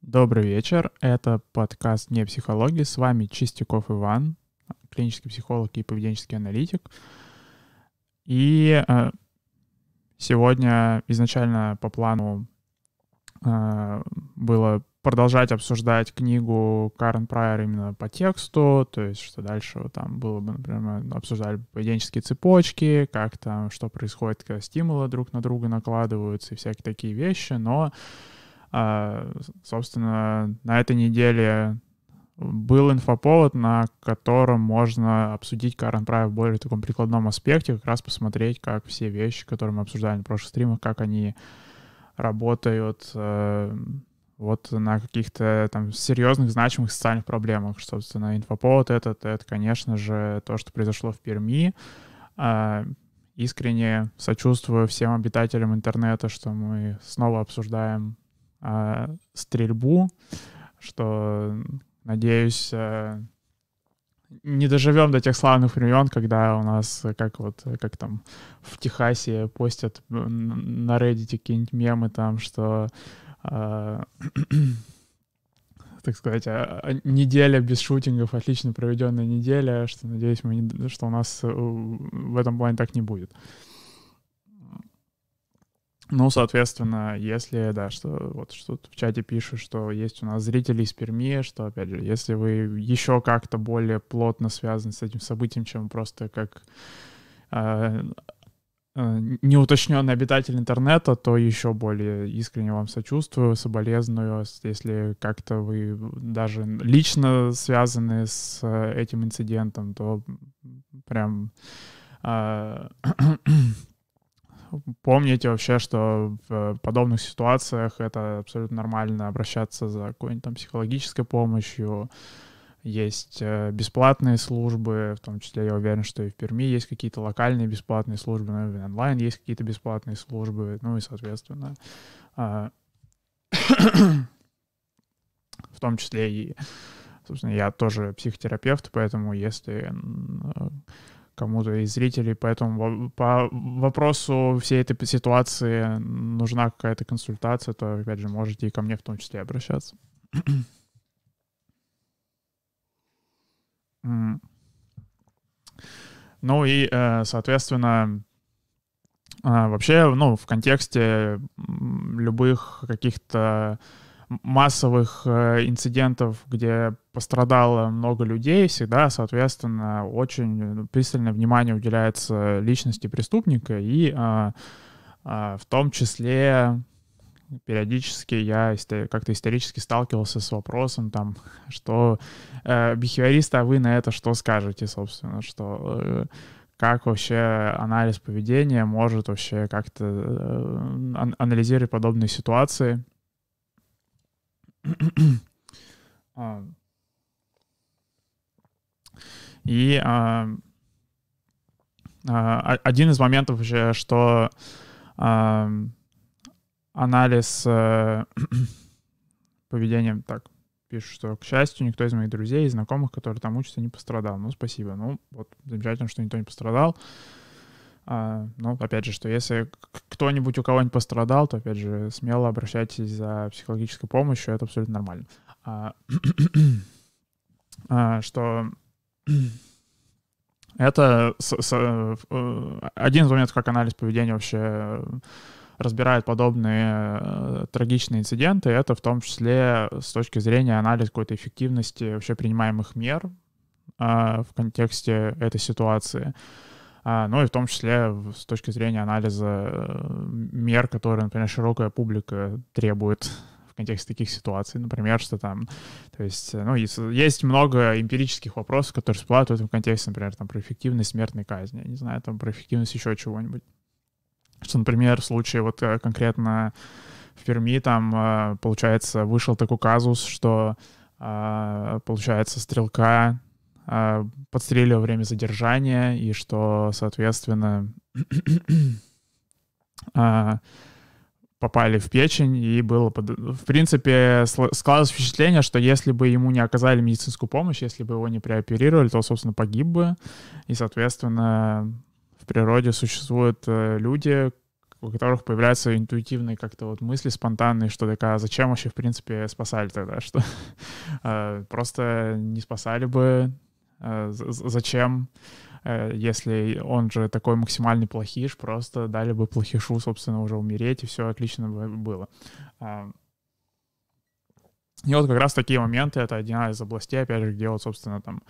Добрый вечер, это подкаст «Не психология», с вами Чистяков Иван, клинический психолог и поведенческий аналитик. И сегодня изначально по плану было продолжать обсуждать книгу Карен Прайер именно по тексту, то есть что дальше там было бы, например, мы обсуждали поведенческие цепочки, как там, что происходит, когда стимулы друг на друга накладываются и всякие такие вещи, но собственно, на этой неделе был инфоповод, на котором можно обсудить Карен Прайер в более таком прикладном аспекте, как раз посмотреть, как все вещи, которые мы обсуждали на прошлых стримах, как они работают вот на каких-то там серьезных, значимых социальных проблемах. Собственно, инфоповод это, конечно же, то, что произошло в Перми. Искренне сочувствую всем обитателям интернета, что мы снова обсуждаем стрельбу, что, надеюсь, не доживем до тех славных времен, когда у нас, как там в Техасе постят на Reddit какие-нибудь мемы там, что, так сказать, неделя без шутингов, отлично проведенная неделя, что, надеюсь, что у нас в этом плане так не будет. Ну, соответственно, если, да, что вот что в чате пишут, что есть у нас зрители из Перми, что, опять же, если вы еще как-то более плотно связаны с этим событием, чем просто как неуточненный обитатель интернета, то еще более искренне вам сочувствую, соболезную. Если как-то вы даже лично связаны с этим инцидентом, то прям... Помните вообще, что в подобных ситуациях это абсолютно нормально обращаться за какой-нибудь там психологической помощью. Есть бесплатные службы, в том числе я уверен, что и в Перми есть какие-то локальные бесплатные службы, но и онлайн есть какие-то бесплатные службы, ну и, соответственно, в том числе и, собственно, я тоже психотерапевт, поэтому если кому-то из зрителей, поэтому по вопросу всей этой ситуации нужна какая-то консультация, то, опять же, можете и ко мне в том числе обращаться. Ну и, соответственно, вообще, ну, в контексте любых каких-то массовых инцидентов, где пострадало много людей, всегда, соответственно, очень пристальное внимание уделяется личности преступника, и в том числе периодически я как-то исторически сталкивался с вопросом, там, что бихевиористы, а вы на это что скажете, собственно, что как вообще анализ поведения может вообще как-то анализировать подобные ситуации. И один из моментов вообще, что анализ поведения, так, пишут, что, к счастью, никто из моих друзей и знакомых, которые там учатся, не пострадал. Ну, спасибо. Ну, вот, замечательно, что никто не пострадал. Ну, опять же, что если кто-нибудь у кого-нибудь пострадал, то, опять же, смело обращайтесь за психологической помощью, это абсолютно нормально. Что это один из моментов, как анализ поведения вообще разбирает подобные трагичные инциденты, это в том числе с точки зрения анализа какой-то эффективности вообще принимаемых мер в контексте этой ситуации. Ну и в том числе с точки зрения анализа мер, которые, например, широкая публика требует в контексте таких ситуаций. Например, что там, то есть, ну, есть много эмпирических вопросов, которые всплывают в этом контексте, например, там, про эффективность смертной казни, я не знаю, там, про эффективность еще чего-нибудь. Что, например, в случае вот конкретно в Перми там, получается, вышел такой казус, что, получается, стрелка подстрелили во время задержания, и что, соответственно, попали в печень, и было, в принципе, складывалось впечатление, что если бы ему не оказали медицинскую помощь, если бы его не преоперировали, то, собственно, погиб бы, и, соответственно, в природе существуют люди, у которых появляются интуитивные как-то вот мысли спонтанные, что такая, зачем вообще, в принципе, спасали тогда, что просто не спасали бы, зачем, если он же такой максимальный плохиш, просто дали бы плохишу, собственно, уже умереть, и все отлично бы было. И вот как раз такие моменты — это одна из областей, опять же, где вот, собственно, там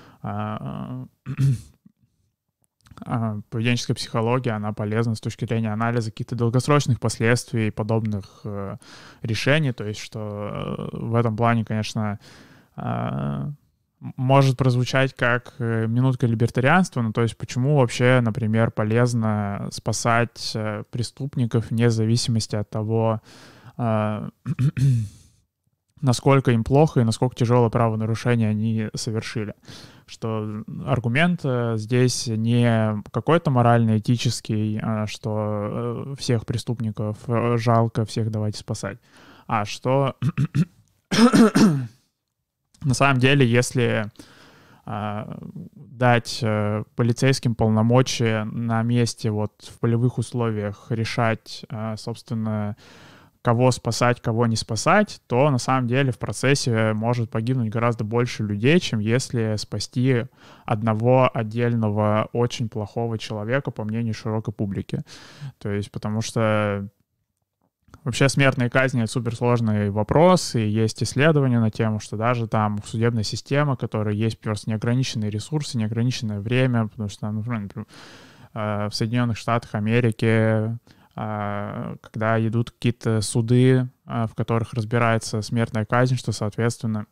поведенческая психология, она полезна с точки зрения анализа каких-то долгосрочных последствий подобных решений, то есть что в этом плане, конечно, может прозвучать как минутка либертарианства, но то есть почему вообще, например, полезно спасать преступников вне зависимости от того, насколько им плохо и насколько тяжелое правонарушение они совершили. Что аргумент здесь не какой-то морально-этический, что всех преступников жалко, всех давайте спасать, а что на самом деле, если дать полицейским полномочия на месте, вот в полевых условиях решать, собственно, кого спасать, кого не спасать, то на самом деле в процессе может погибнуть гораздо больше людей, чем если спасти одного отдельного очень плохого человека, по мнению широкой публики. То есть потому что вообще смертные казни — это суперсложный вопрос, и есть исследования на тему, что даже там судебная система, которая есть просто неограниченные ресурсы, неограниченное время, потому что, например, в Соединенных Штатах Америки, когда идут какие-то суды, в которых разбирается смертная казнь, что, соответственно,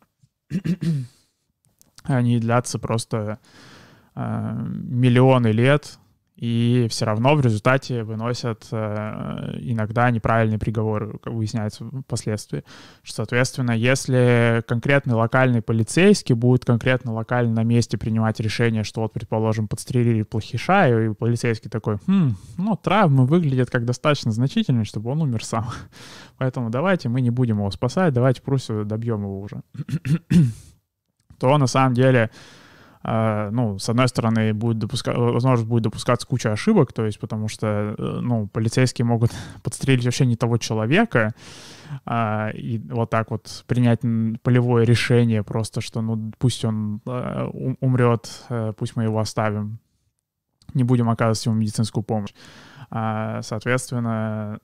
они длятся просто миллионы лет, и все равно в результате выносят иногда неправильные приговоры, как выясняется впоследствии. Что, соответственно, если конкретный локальный полицейский будет конкретно локально на месте принимать решение, что вот, предположим, подстрелили плохиша, и полицейский такой, ну, травмы выглядят как достаточно значительные, чтобы он умер сам. Поэтому давайте мы не будем его спасать, давайте просто добьем его уже. То на самом деле, ну, с одной стороны, возможно, будет допускаться куча ошибок, то есть потому что, ну, полицейские могут подстрелить вообще не того человека, и вот так вот принять полевое решение просто, что, ну, пусть он умрет, пусть мы его оставим, не будем оказывать ему медицинскую помощь. Соответственно,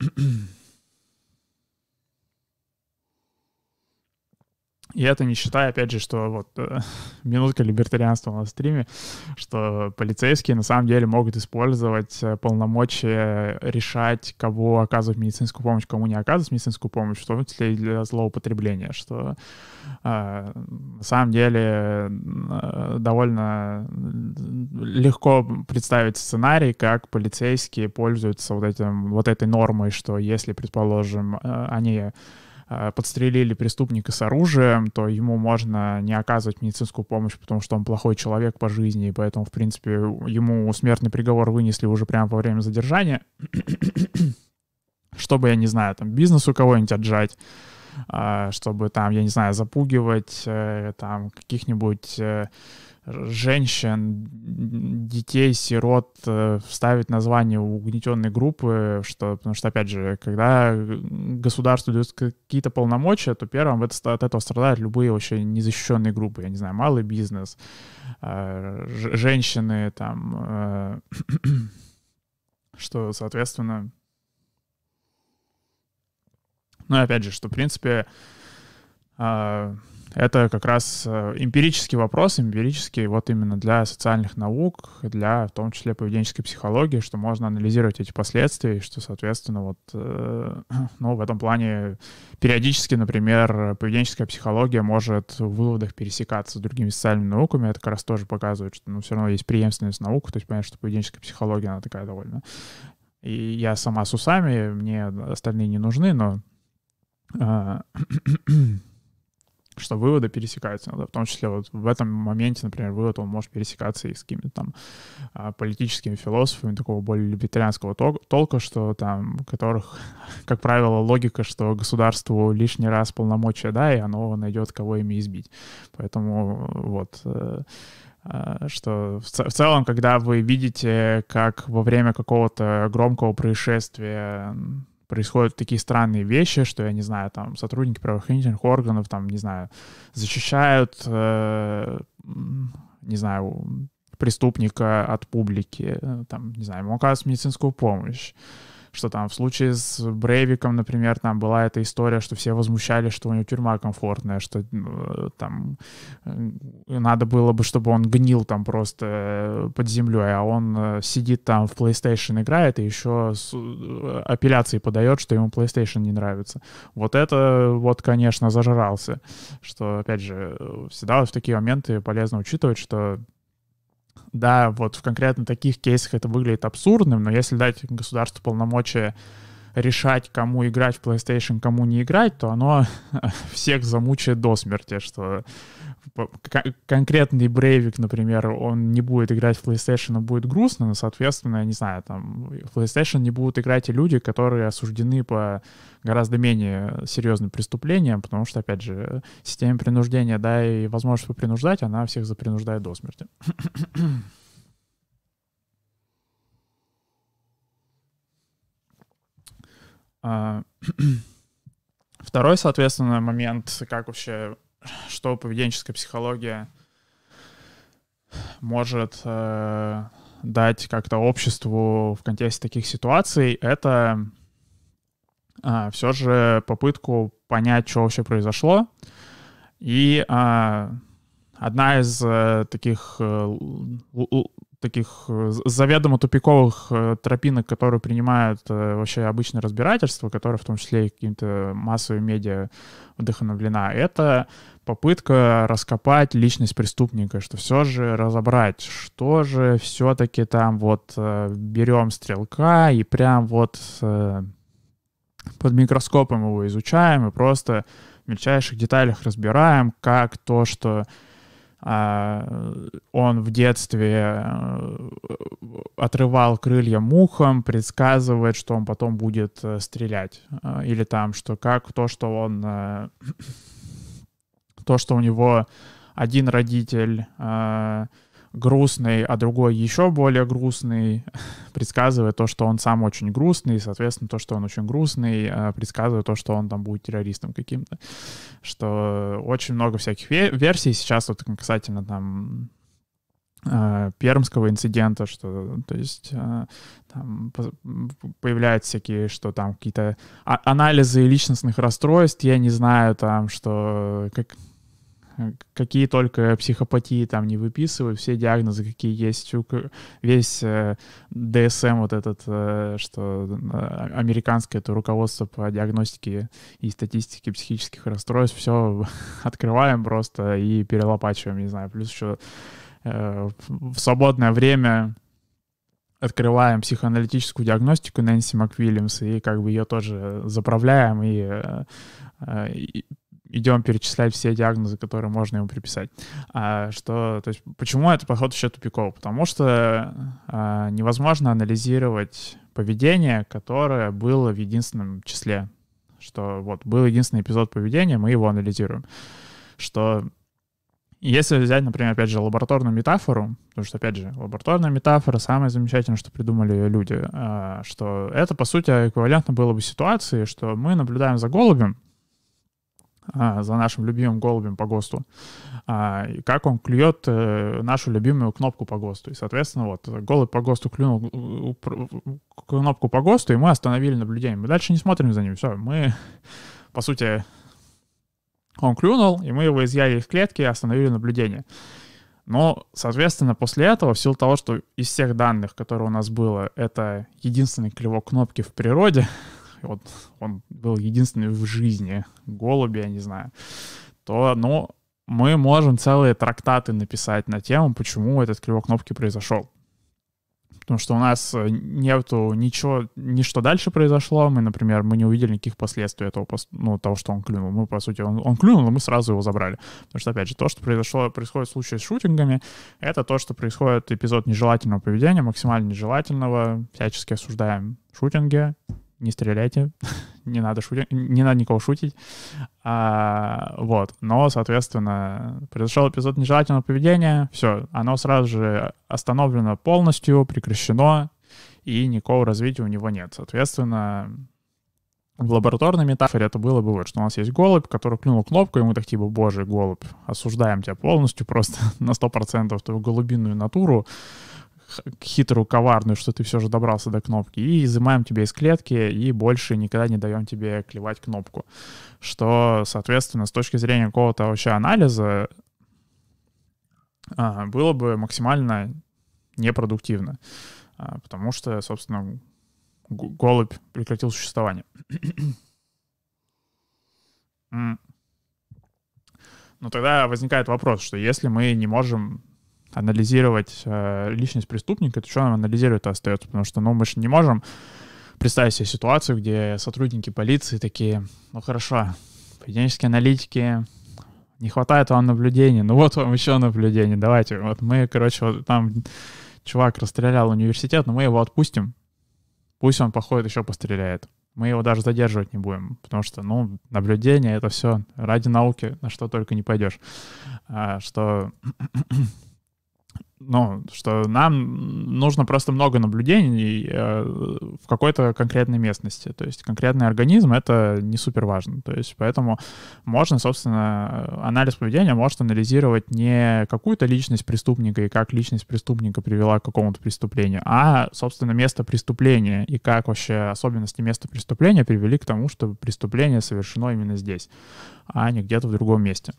и это не считая, опять же, что вот минутка либертарианства на стриме, что полицейские на самом деле могут использовать полномочия решать, кого оказывать медицинскую помощь, кому не оказывать медицинскую помощь, в том числе и для злоупотребления, что на самом деле довольно легко представить сценарий, как полицейские пользуются вот этой нормой, что если, предположим, они подстрелили преступника с оружием, то ему можно не оказывать медицинскую помощь, потому что он плохой человек по жизни, и поэтому, в принципе, ему смертный приговор вынесли уже прямо во время задержания, чтобы, я не знаю, там, бизнес у кого-нибудь отжать, чтобы там, я не знаю, запугивать там каких-нибудь женщин, детей, сирот, вставить название угнетенной группы, потому что, опять же, когда государству дают какие-то полномочия, то первым от этого страдают любые вообще незащищенные группы, я не знаю, малый бизнес, женщины, там, что, соответственно, ну, опять же, что, в принципе, это как раз эмпирический вопрос, эмпирический вот именно для социальных наук, для, в том числе, поведенческой психологии, что можно анализировать эти последствия, и что, соответственно, вот, ну, в этом плане периодически, например, поведенческая психология может в выводах пересекаться с другими социальными науками. Это как раз тоже показывает, что, ну, все равно есть преемственность наук, то есть понятно, что поведенческая психология, она такая довольно. И я сама с усами, мне остальные не нужны, но что выводы пересекаются. В том числе вот в этом моменте, например, вывод, он может пересекаться и с какими-то там политическими философами такого более либертарианского толка, что там, у которых, как правило, логика, что государству лишний раз полномочия, да, и оно найдет, кого ими избить. Поэтому вот Что в целом, когда вы видите, как во время какого-то громкого происшествия происходят такие странные вещи, что, я не знаю, там сотрудники правоохранительных органов, там, не знаю, защищают, не знаю, преступника от публики, там, не знаю, ему оказывают медицинскую помощь, что там в случае с Брейвиком, например, там была эта история, что все возмущались, что у него тюрьма комфортная, что там надо было бы, чтобы он гнил там просто под землей, а он сидит там в PlayStation играет и еще апелляции подает, что ему PlayStation не нравится. Вот это вот, конечно, зажрался. Что, опять же, всегда вот в такие моменты полезно учитывать, что да, вот в конкретно таких кейсах это выглядит абсурдным, но если дать государству полномочия решать, кому играть в PlayStation, кому не играть, то оно всех замучает до смерти, что конкретный Брейвик, например, он не будет играть в PlayStation, будет грустно, но, соответственно, я не знаю, там в PlayStation не будут играть и люди, которые осуждены по гораздо менее серьезным преступлениям, потому что, опять же, система принуждения, да, и возможность попринуждать, она всех запринуждает до смерти. Второй, соответственно, момент, как вообще, что поведенческая психология может дать как-то обществу в контексте таких ситуаций, это все же попытку понять, что вообще произошло. И одна из таких заведомо тупиковых тропинок, которые принимают вообще обычное разбирательство, которое в том числе и какими-то массовыми медиа вдохновлена, это попытка раскопать личность преступника, что все же разобрать, что же все-таки там вот берем стрелка и прям вот под микроскопом его изучаем и просто в мельчайших деталях разбираем, как то, что он в детстве отрывал крылья мухам, предсказывает, что он потом будет стрелять. Или там, что как то, что он... То, что у него один родитель грустный, а другой еще более грустный, предсказывает то, что он сам очень грустный, и, соответственно, то, что он очень грустный, предсказывает то, что он там будет террористом каким-то. Что очень много всяких версий сейчас вот касательно там пермского инцидента, что, то есть, там появляются всякие, что там какие-то анализы личностных расстройств, я не знаю, там, что какие только психопатии там не выписывают, все диагнозы, какие есть, весь ДСМ вот этот, что американское это руководство по диагностике и статистике психических расстройств, все открываем просто и перелопачиваем, не знаю, плюс еще в свободное время открываем психоаналитическую диагностику Нэнси МакВильямс и как бы ее тоже заправляем и идем перечислять все диагнозы, которые можно ему приписать. То есть, почему это подход еще тупиковый? Потому что невозможно анализировать поведение, которое было в единственном числе. Что вот был единственный эпизод поведения, мы его анализируем. Что если взять, например, опять же, лабораторную метафору, потому что, опять же, лабораторная метафора — самое замечательное, что придумали люди, что это, по сути, эквивалентно было бы ситуации, что мы наблюдаем за голубем, за нашим любимым голубем по ГОСТу, и как он клюет нашу любимую кнопку по ГОСТу. И, соответственно, вот, голубь по ГОСТу клюнул кнопку по ГОСТу, и мы остановили наблюдение. Мы дальше не смотрим за ним. Все, мы, по сути, он клюнул, и мы его изъяли из клетки и остановили наблюдение. Но, соответственно, после этого, в силу того, что из всех данных, которые у нас было, это единственный клевок кнопки в природе, вот он был единственный в жизни голуби, я не знаю, то, ну, мы можем целые трактаты написать на тему, почему этот клевок кнопки произошел. Потому что у нас нету ничто дальше произошло. Мы, например, мы не увидели никаких последствий этого, того, что он клюнул. Мы, по сути, он клюнул, и мы сразу его забрали. Потому что, опять же, то, что происходит в случае с шутингами, это то, что происходит эпизод нежелательного поведения, максимально нежелательного. Всячески осуждаем шутинги. Не стреляйте, не надо никого шутить. Вот. Но, соответственно, произошел эпизод нежелательного поведения, все, оно сразу же остановлено полностью, прекращено, и никакого развития у него нет. Соответственно, в лабораторной метафоре это было бы вот, что у нас есть голубь, который клюнул кнопку, и мы так типа, боже, голубь, осуждаем тебя полностью просто на 100% твою голубиную натуру, хитрую, коварную, что ты все же добрался до кнопки, и изымаем тебя из клетки, и больше никогда не даем тебе клевать кнопку. Что, соответственно, с точки зрения какого-то вообще анализа было бы максимально непродуктивно. Потому что, собственно, голубь прекратил существование. Но тогда возникает вопрос, что если мы не можем анализировать личность преступника, то что нам анализировать-то остается? Потому что, мы же не можем представить себе ситуацию, где сотрудники полиции такие, хорошо, поведенческие аналитики, не хватает вам наблюдений, вот вам еще наблюдений, давайте, вот мы, вот там чувак расстрелял университет, но мы его отпустим, пусть он походит еще постреляет. Мы его даже задерживать не будем, потому что, наблюдение — это все ради науки, на что только не пойдешь. Что нам нужно просто много наблюдений в какой-то конкретной местности. То есть конкретный организм — это не супер важно. То есть поэтому можно, собственно, анализ поведения может анализировать не какую-то личность преступника и как личность преступника привела к какому-то преступлению, а, собственно, место преступления и как вообще особенности места преступления привели к тому, что преступление совершено именно здесь, а не где-то в другом месте.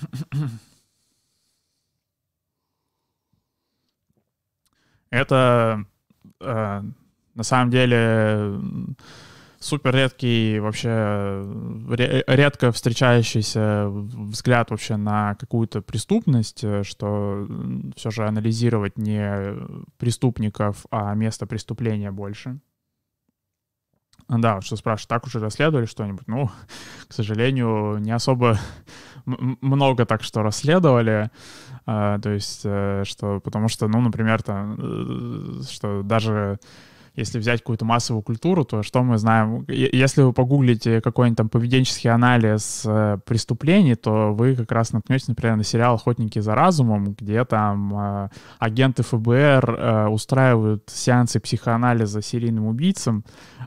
Это на самом деле супер редкий, вообще редко встречающийся взгляд вообще на какую-то преступность, что все же анализировать не преступников, а место преступления больше. Да, что спрашивают, так уже расследовали что-нибудь? К сожалению, не много так что расследовали. То есть, потому что, например, что даже если взять какую-то массовую культуру, то что мы знаем? Если вы погуглите какой-нибудь там поведенческий анализ преступлений, то вы как раз наткнетесь, например, на сериал «Охотники за разумом», где там агенты ФБР устраивают сеансы психоанализа серийным убийцам,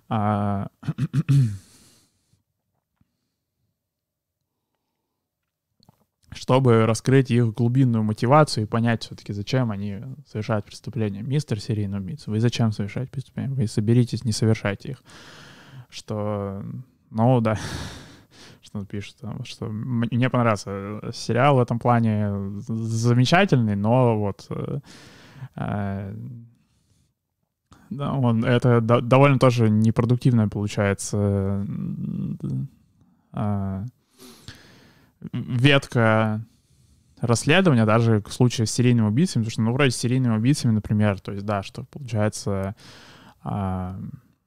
чтобы раскрыть их глубинную мотивацию и понять все-таки, зачем они совершают преступления. Мистер серийный убийца, вы зачем совершаете преступления? Вы соберитесь, не совершайте их. Что, да, что он пишет, что мне понравился сериал в этом плане замечательный, но это довольно тоже непродуктивное получается ветка расследования, даже в случае с серийными убийцами, потому что, вроде с серийными убийцами, например, то есть, да, что получается, в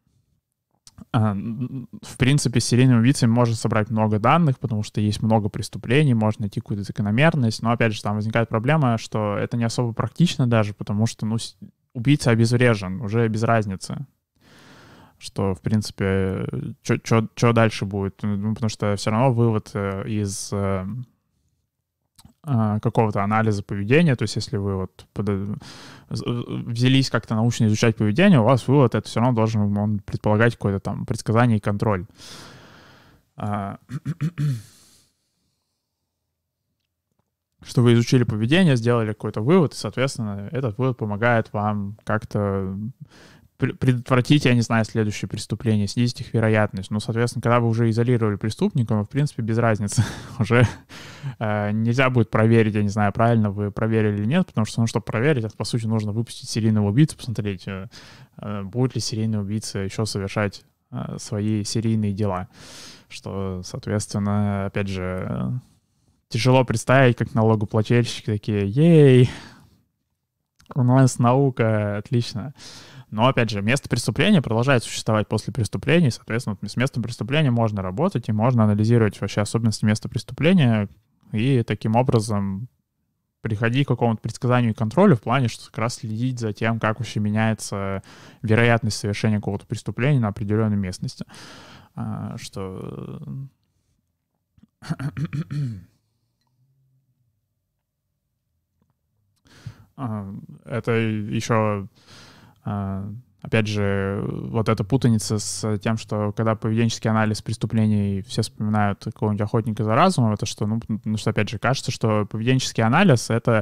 принципе, с серийными убийцами можно собрать много данных, потому что есть много преступлений, можно найти какую-то закономерность, но, опять же, там возникает проблема, что это не особо практично даже, потому что, убийца обезврежен, уже без разницы. Что, в принципе, что дальше будет? Потому что все равно вывод из какого-то анализа поведения, то есть если вы взялись как-то научно изучать поведение, у вас вывод это все равно должен предполагать какое-то там предсказание и контроль. Что вы изучили поведение, сделали какой-то вывод, и, соответственно, этот вывод помогает вам как-то предотвратить, я не знаю, следующие преступления, снизить их вероятность. Соответственно, когда вы уже изолировали преступника, в принципе, без разницы. Уже нельзя будет проверить, я не знаю, правильно вы проверили или нет, потому что, чтобы проверить, это, по сути, нужно выпустить серийного убийцу, посмотреть, будет ли серийный убийца еще совершать свои серийные дела. Что, соответственно, опять же, тяжело представить, как налогоплательщики такие: ей, у нас наука, отлично. Но, опять же, место преступления продолжает существовать после преступления, и, соответственно, с местом преступления можно работать, и можно анализировать вообще особенности места преступления, и таким образом приходить к какому-то предсказанию и контролю в плане, что как раз следить за тем, как вообще меняется вероятность совершения какого-то преступления на определенной местности. Что Это еще, опять же, вот эта путаница с тем, что когда поведенческий анализ преступлений все вспоминают какого-нибудь охотника за разумом, это что, ну, потому что, опять же, кажется, что поведенческий анализ — это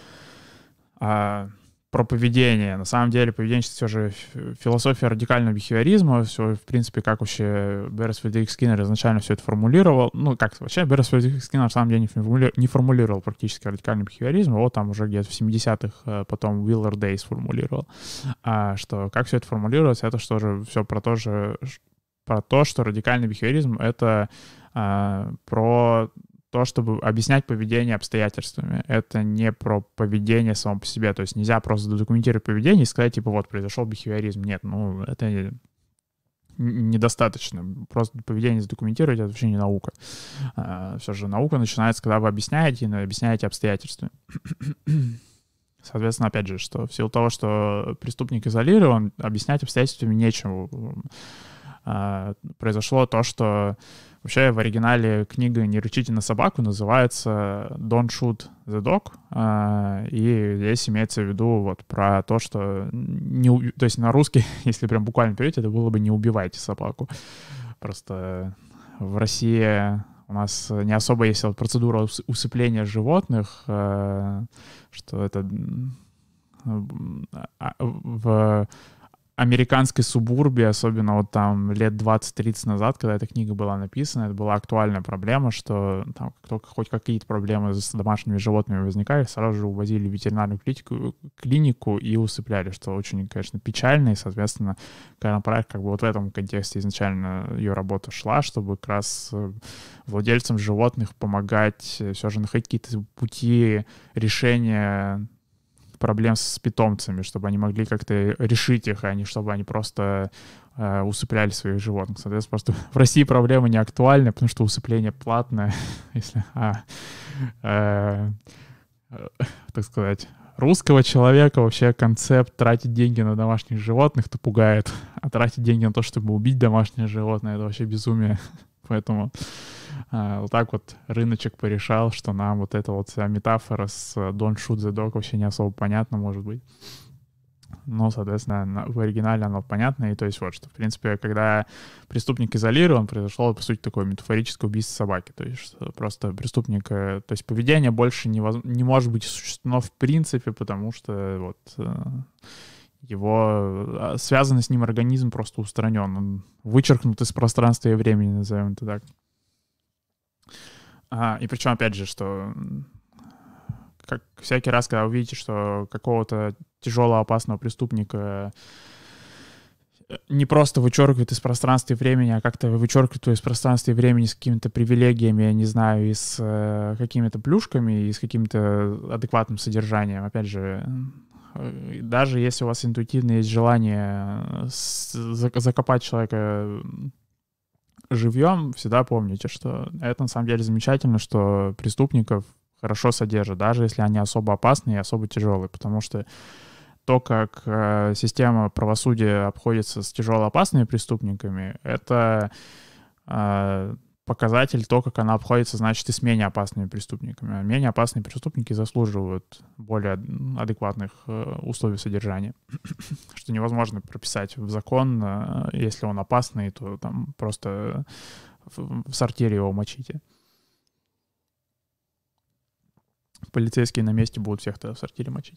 про поведение. На самом деле поведенчество все же философия радикального бихевиоризма, все, в принципе, как вообще Берресфельд и Скиннер изначально все это формулировал. Ну, как вообще Берресфельд и Скиннер на самом деле не формулировал практически радикальный бихевиоризм, его там уже где-то в 70-х потом Уиллард Дейс сформулировал. Что как все это формулируется, это что же все про то, что радикальный бихевиоризм — это про то, чтобы объяснять поведение обстоятельствами. Это не про поведение само по себе. То есть нельзя просто задокументировать поведение и сказать, типа, вот, произошел бихевиоризм. Нет, ну, это недостаточно. Просто поведение задокументировать — это вообще не наука. Все же наука начинается, когда вы объясняете обстоятельства. Соответственно, опять же, что в силу того, что преступник изолирован, объяснять обстоятельствами нечего. Произошло то, что вообще в оригинале книга «Не рычите на собаку» называется «Don't shoot the dog», и здесь имеется в виду вот про то, что то есть на русский, если прям буквально переводить, это было бы «Не убивайте собаку». Просто в России у нас не особо есть вот процедура усыпления животных, что это в американской субурбии, особенно вот там лет 20-30 назад, когда эта книга была написана, это была актуальная проблема, что там как только хоть какие-то проблемы с домашними животными возникали, сразу же увозили в ветеринарную клинику и усыпляли, что очень, конечно, печально, и, соответственно, Кайрон-проект как бы вот в этом контексте изначально ее работа шла, чтобы как раз владельцам животных помогать все же находить какие-то пути решения проблем с питомцами, чтобы они могли как-то решить их, а не чтобы они просто усыпляли своих животных. Соответственно, просто в России проблема не актуальна, потому что усыпление платное, если, так сказать, русского человека вообще концепт тратить деньги на домашних животных-то пугает, а тратить деньги на то, чтобы убить домашнее животное, это вообще безумие. Поэтому вот так вот рыночек порешал, что нам вот эта вот вся метафора с «Don't shoot the dog» вообще не особо понятна, может быть. Но, соответственно, в оригинале оно понятно. И то есть вот что, в принципе, когда преступник изолирован, произошло, по сути, такое метафорическое убийство собаки. То есть просто преступник... То есть поведение больше не может быть осуществлено в принципе, потому что вот его связанный с ним организм просто устранен. Он вычеркнут из пространства и времени, назовем это так. И причем, опять же, что как всякий раз, когда вы видите, что какого-то тяжелого опасного преступника не просто вычеркивают из пространства и времени, а как-то вычеркивают из пространства и времени с какими-то привилегиями, я не знаю, и с какими-то плюшками, и с каким-то адекватным содержанием. Опять же, даже если у вас интуитивно есть желание закопать человека живьем, всегда помните, что это на самом деле замечательно, что преступников хорошо содержат, даже если они особо опасные и особо тяжелые, потому что то, как система правосудия обходится с тяжело опасными преступниками, это показатель то, как она обходится, значит, и с менее опасными преступниками. А менее опасные преступники заслуживают более адекватных условий содержания, что невозможно прописать в закон, если он опасный, то там просто в сортире его мочите. Полицейские на месте будут всех тогда в сортире мочить.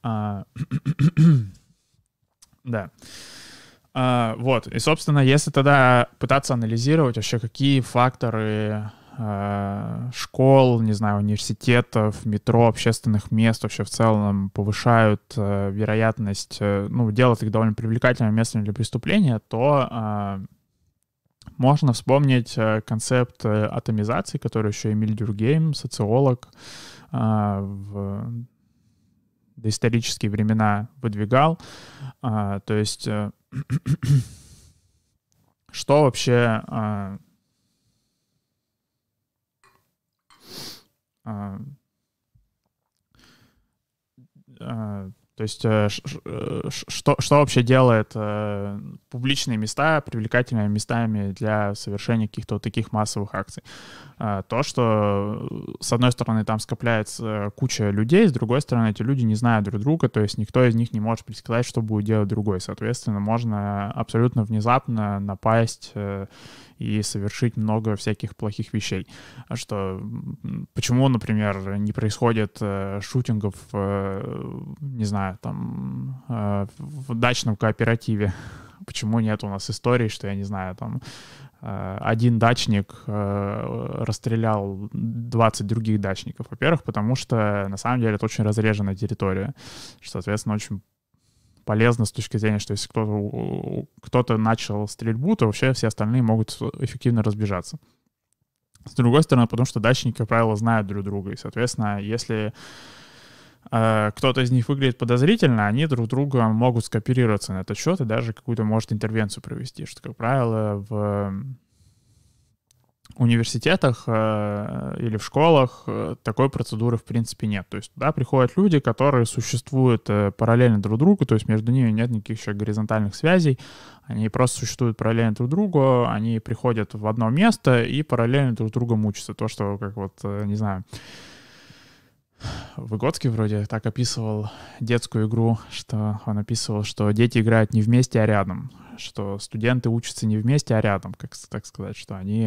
Да. Вот. И, собственно, если тогда пытаться анализировать вообще, какие факторы школ, не знаю, университетов, метро, общественных мест вообще в целом повышают вероятность, ну, делают их довольно привлекательным местом для преступления, то можно вспомнить концепт атомизации, который еще Эмиль Дюркгейм, социолог, в доисторические времена выдвигал. То есть что вообще То есть что вообще делает публичные места привлекательными местами для совершения каких-то вот таких массовых акций? То, что, с одной стороны, там скопляется куча людей, с другой стороны, эти люди не знают друг друга, то есть никто из них не может предсказать, что будет делать другой. Соответственно, можно абсолютно внезапно напасть и совершить много всяких плохих вещей. Почему, например, не происходит шутингов, не знаю, там, в дачном кооперативе? Почему нет у нас истории, что, я не знаю, там, один дачник расстрелял 20 других дачников? Во-первых, потому что, на самом деле, это очень разреженная территория, что, соответственно, очень полезно с точки зрения, что если кто-то начал стрельбу, то вообще все остальные могут эффективно разбежаться. С другой стороны, потому что дачники, как правило, знают друг друга, и, соответственно, если кто-то из них выглядит подозрительно, они друг друга могут скооперироваться на этот счет и даже какую-то, может, интервенцию провести, что, как правило, в университетах или в школах такой процедуры в принципе нет. То есть туда приходят люди, которые существуют параллельно друг другу, то есть между ними нет никаких еще горизонтальных связей, они просто существуют параллельно друг другу, они приходят в одно место и параллельно друг другом учатся. То, что, как вот, не знаю, Выгодский вроде так описывал детскую игру, что он описывал, что дети играют не вместе, а рядом, что студенты учатся не вместе, а рядом, как так сказать, что они,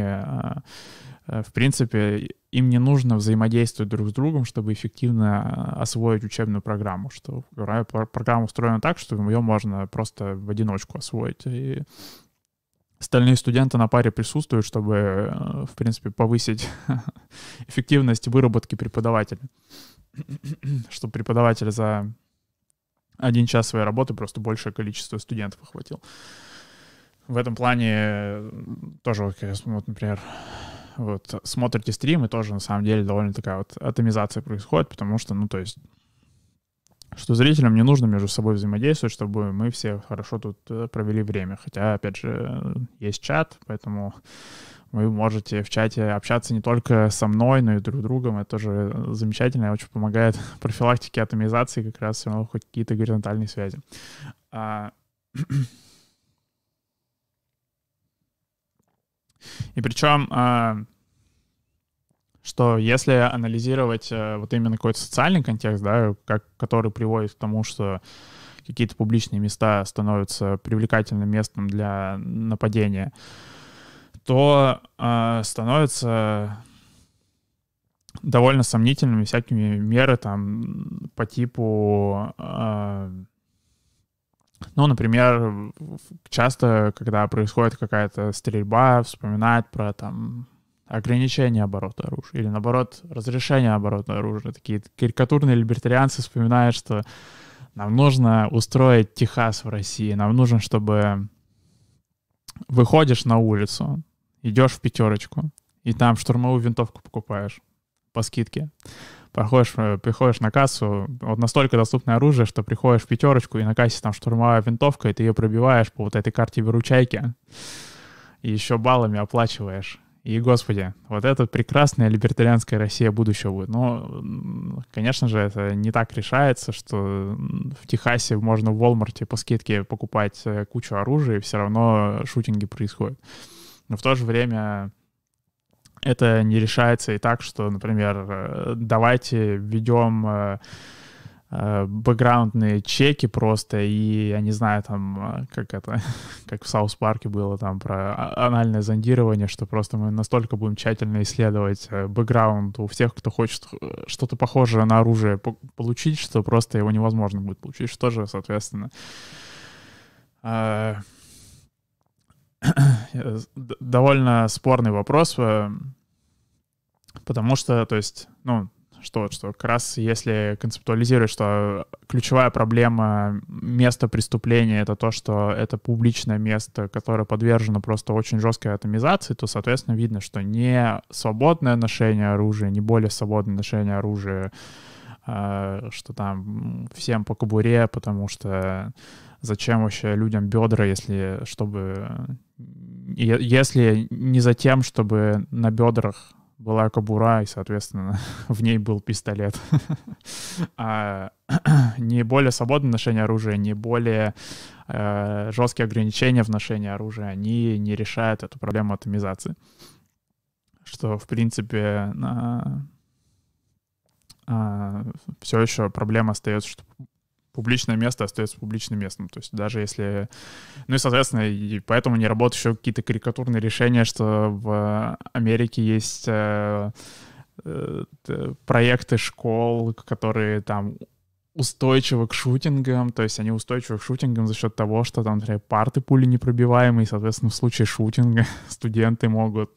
в принципе, им не нужно взаимодействовать друг с другом, чтобы эффективно освоить учебную программу, что программа устроена так, что ее можно просто в одиночку освоить, и остальные студенты на паре присутствуют, чтобы, в принципе, повысить эффективность выработки преподавателя. Чтобы преподаватель за 1 час своей работы просто большее количество студентов охватил. В этом плане тоже, вот, например, вот смотрите стрим, и тоже на самом деле довольно такая вот атомизация происходит, потому что, ну, то есть, что зрителям не нужно между собой взаимодействовать, чтобы мы все хорошо тут провели время. Хотя, опять же, есть чат, поэтому вы можете в чате общаться не только со мной, но и друг с другом. Это тоже замечательно и очень помогает профилактике атомизации, как раз все равно хоть какие-то горизонтальные связи. И причем, что если анализировать вот именно какой-то социальный контекст, да, который приводит к тому, что какие-то публичные места становятся привлекательным местом для нападения, то становятся довольно сомнительными всякими меры там по типу, ну, например, часто, когда происходит какая-то стрельба, вспоминают про там ограничение оборота оружия или, наоборот, разрешение оборота оружия. Такие карикатурные либертарианцы вспоминают, что нам нужно устроить Техас в России, нам нужно, чтобы выходишь на улицу, идешь в пятерочку, и там штурмовую винтовку покупаешь по скидке. Приходишь на кассу, вот настолько доступное оружие, что приходишь в пятерочку, и на кассе там штурмовая винтовка, и ты ее пробиваешь по вот этой карте выручайки, и еще баллами оплачиваешь. И, господи, вот эта прекрасная либертарианская Россия будущего будет. Но, конечно же, это не так решается, что в Техасе можно в Walmart по скидке покупать кучу оружия, и все равно шутинги происходят. Но в то же время это не решается и так, что, например, давайте введем бэкграундные чеки просто, и, я не знаю, там, как в Саус Парке было там про анальное зондирование, что просто мы настолько будем тщательно исследовать бэкграунд у всех, кто хочет что-то похожее на оружие получить, что просто его невозможно будет получить, что же, соответственно, довольно спорный вопрос, потому что, то есть, ну, что как раз если концептуализировать, что ключевая проблема места преступления — это то, что это публичное место, которое подвержено просто очень жесткой атомизации, то, соответственно, видно, что не свободное ношение оружия, не более свободное ношение оружия, что там всем по кобуре, потому что зачем вообще людям бедра, если не за тем, чтобы на бедрах была кобура, и, соответственно, в ней был пистолет. Не более свободное ношение оружия, не более жесткие ограничения в ношении оружия, они не решают эту проблему атомизации. Что, в принципе, все еще проблема остается, что публичное место остается публичным местом. То есть даже если... Ну и, соответственно, и поэтому не работают еще какие-то карикатурные решения, что в Америке есть проекты школ, которые там устойчивы к шутингам, то есть они устойчивы к шутингам за счет того, что там, например, парты пуленепробиваемые, и, соответственно, в случае шутинга студенты могут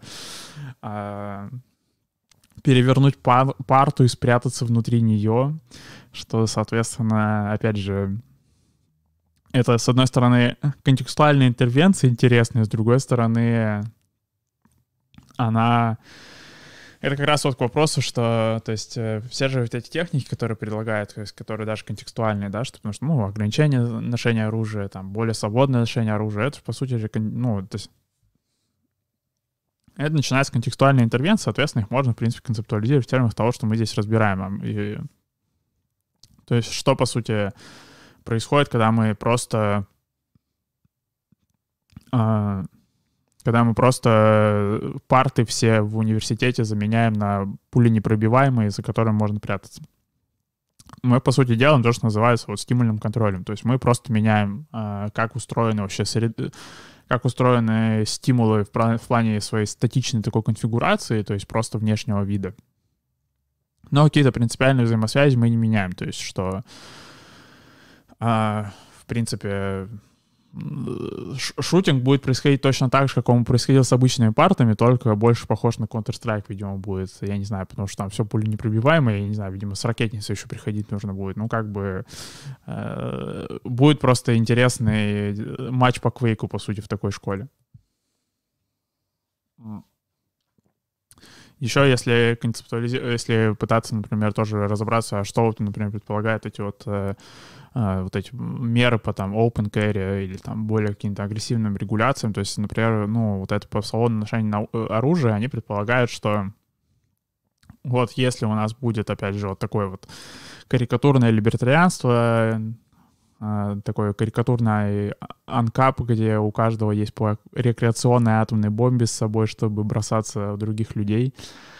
перевернуть парту и спрятаться внутри нее, что, соответственно, опять же, это, с одной стороны, контекстуальная интервенция интересная, с другой стороны, она... Это как раз вот к вопросу, что, то есть, все же вот эти техники, которые предлагают, то есть, которые даже контекстуальные, да, что, потому что, ну, ограничение ношения оружия, там, более свободное ношение оружия, это, по сути же, ну, то есть, это начинается с контекстуальной интервенции, соответственно, их можно, в принципе, концептуализировать в терминах того, что мы здесь разбираем. И, то есть, что, по сути, происходит, когда мы просто... Когда мы просто парты все в университете заменяем на пуленепробиваемые, за которыми можно прятаться. Мы, по сути, делаем то, что называется вот стимульным контролем. То есть мы просто меняем, как устроены вообще как устроены стимулы в плане своей статичной такой конфигурации, то есть просто внешнего вида. Но какие-то принципиальные взаимосвязи мы не меняем. То есть что, в принципе... шутинг будет происходить точно так же, как он происходил с обычными партами, только больше похож на Counter-Strike, видимо, будет. Я не знаю, потому что там все пуленепробиваемое, я не знаю, видимо, с ракетницей еще приходить нужно будет. Ну, как бы будет просто интересный матч по Квейку, по сути, в такой школе. Еще если если пытаться, например, тоже разобраться, а что, например, предполагают эти вот эти меры по там open carry или там более каким-то агрессивным регуляциям, то есть, например, ну, вот это свободное ношение оружия, они предполагают, что вот если у нас будет, опять же, вот такое вот карикатурное либертарианство, такой карикатурный анкап, где у каждого есть по рекреационной атомной бомбе с собой, чтобы бросаться в других людей,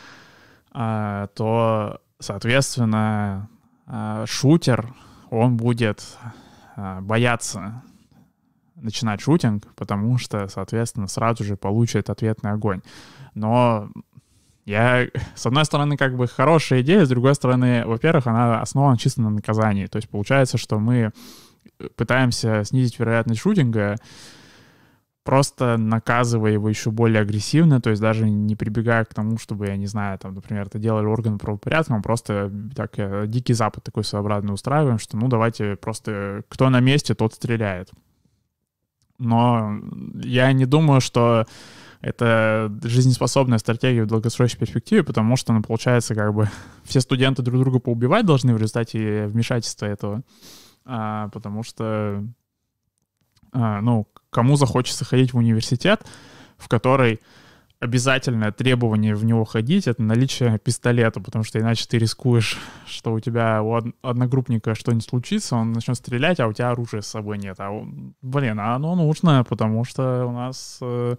то, соответственно, шутер, он будет бояться начинать шутинг, потому что, соответственно, сразу же получит ответный огонь. Но с одной стороны, как бы хорошая идея, с другой стороны, во-первых, она основана чисто на наказании. То есть получается, что мы пытаемся снизить вероятность шутинга, просто наказывая его еще более агрессивно, то есть даже не прибегая к тому, чтобы, я не знаю, там, например, это делали органы правопорядка, мы просто так дикий запад такой своеобразный устраиваем, что ну давайте просто кто на месте, тот стреляет. Но я не думаю, что это жизнеспособная стратегия в долгосрочной перспективе, потому что, ну, получается, как бы все студенты друг друга поубивать должны в результате вмешательства этого, потому что, ну, кому захочется ходить в университет, в который обязательное требование в него ходить — это наличие пистолета, потому что иначе ты рискуешь, что у тебя у одногруппника что-нибудь случится, он начнет стрелять, а у тебя оружия с собой нет. Оно нужно, потому что у нас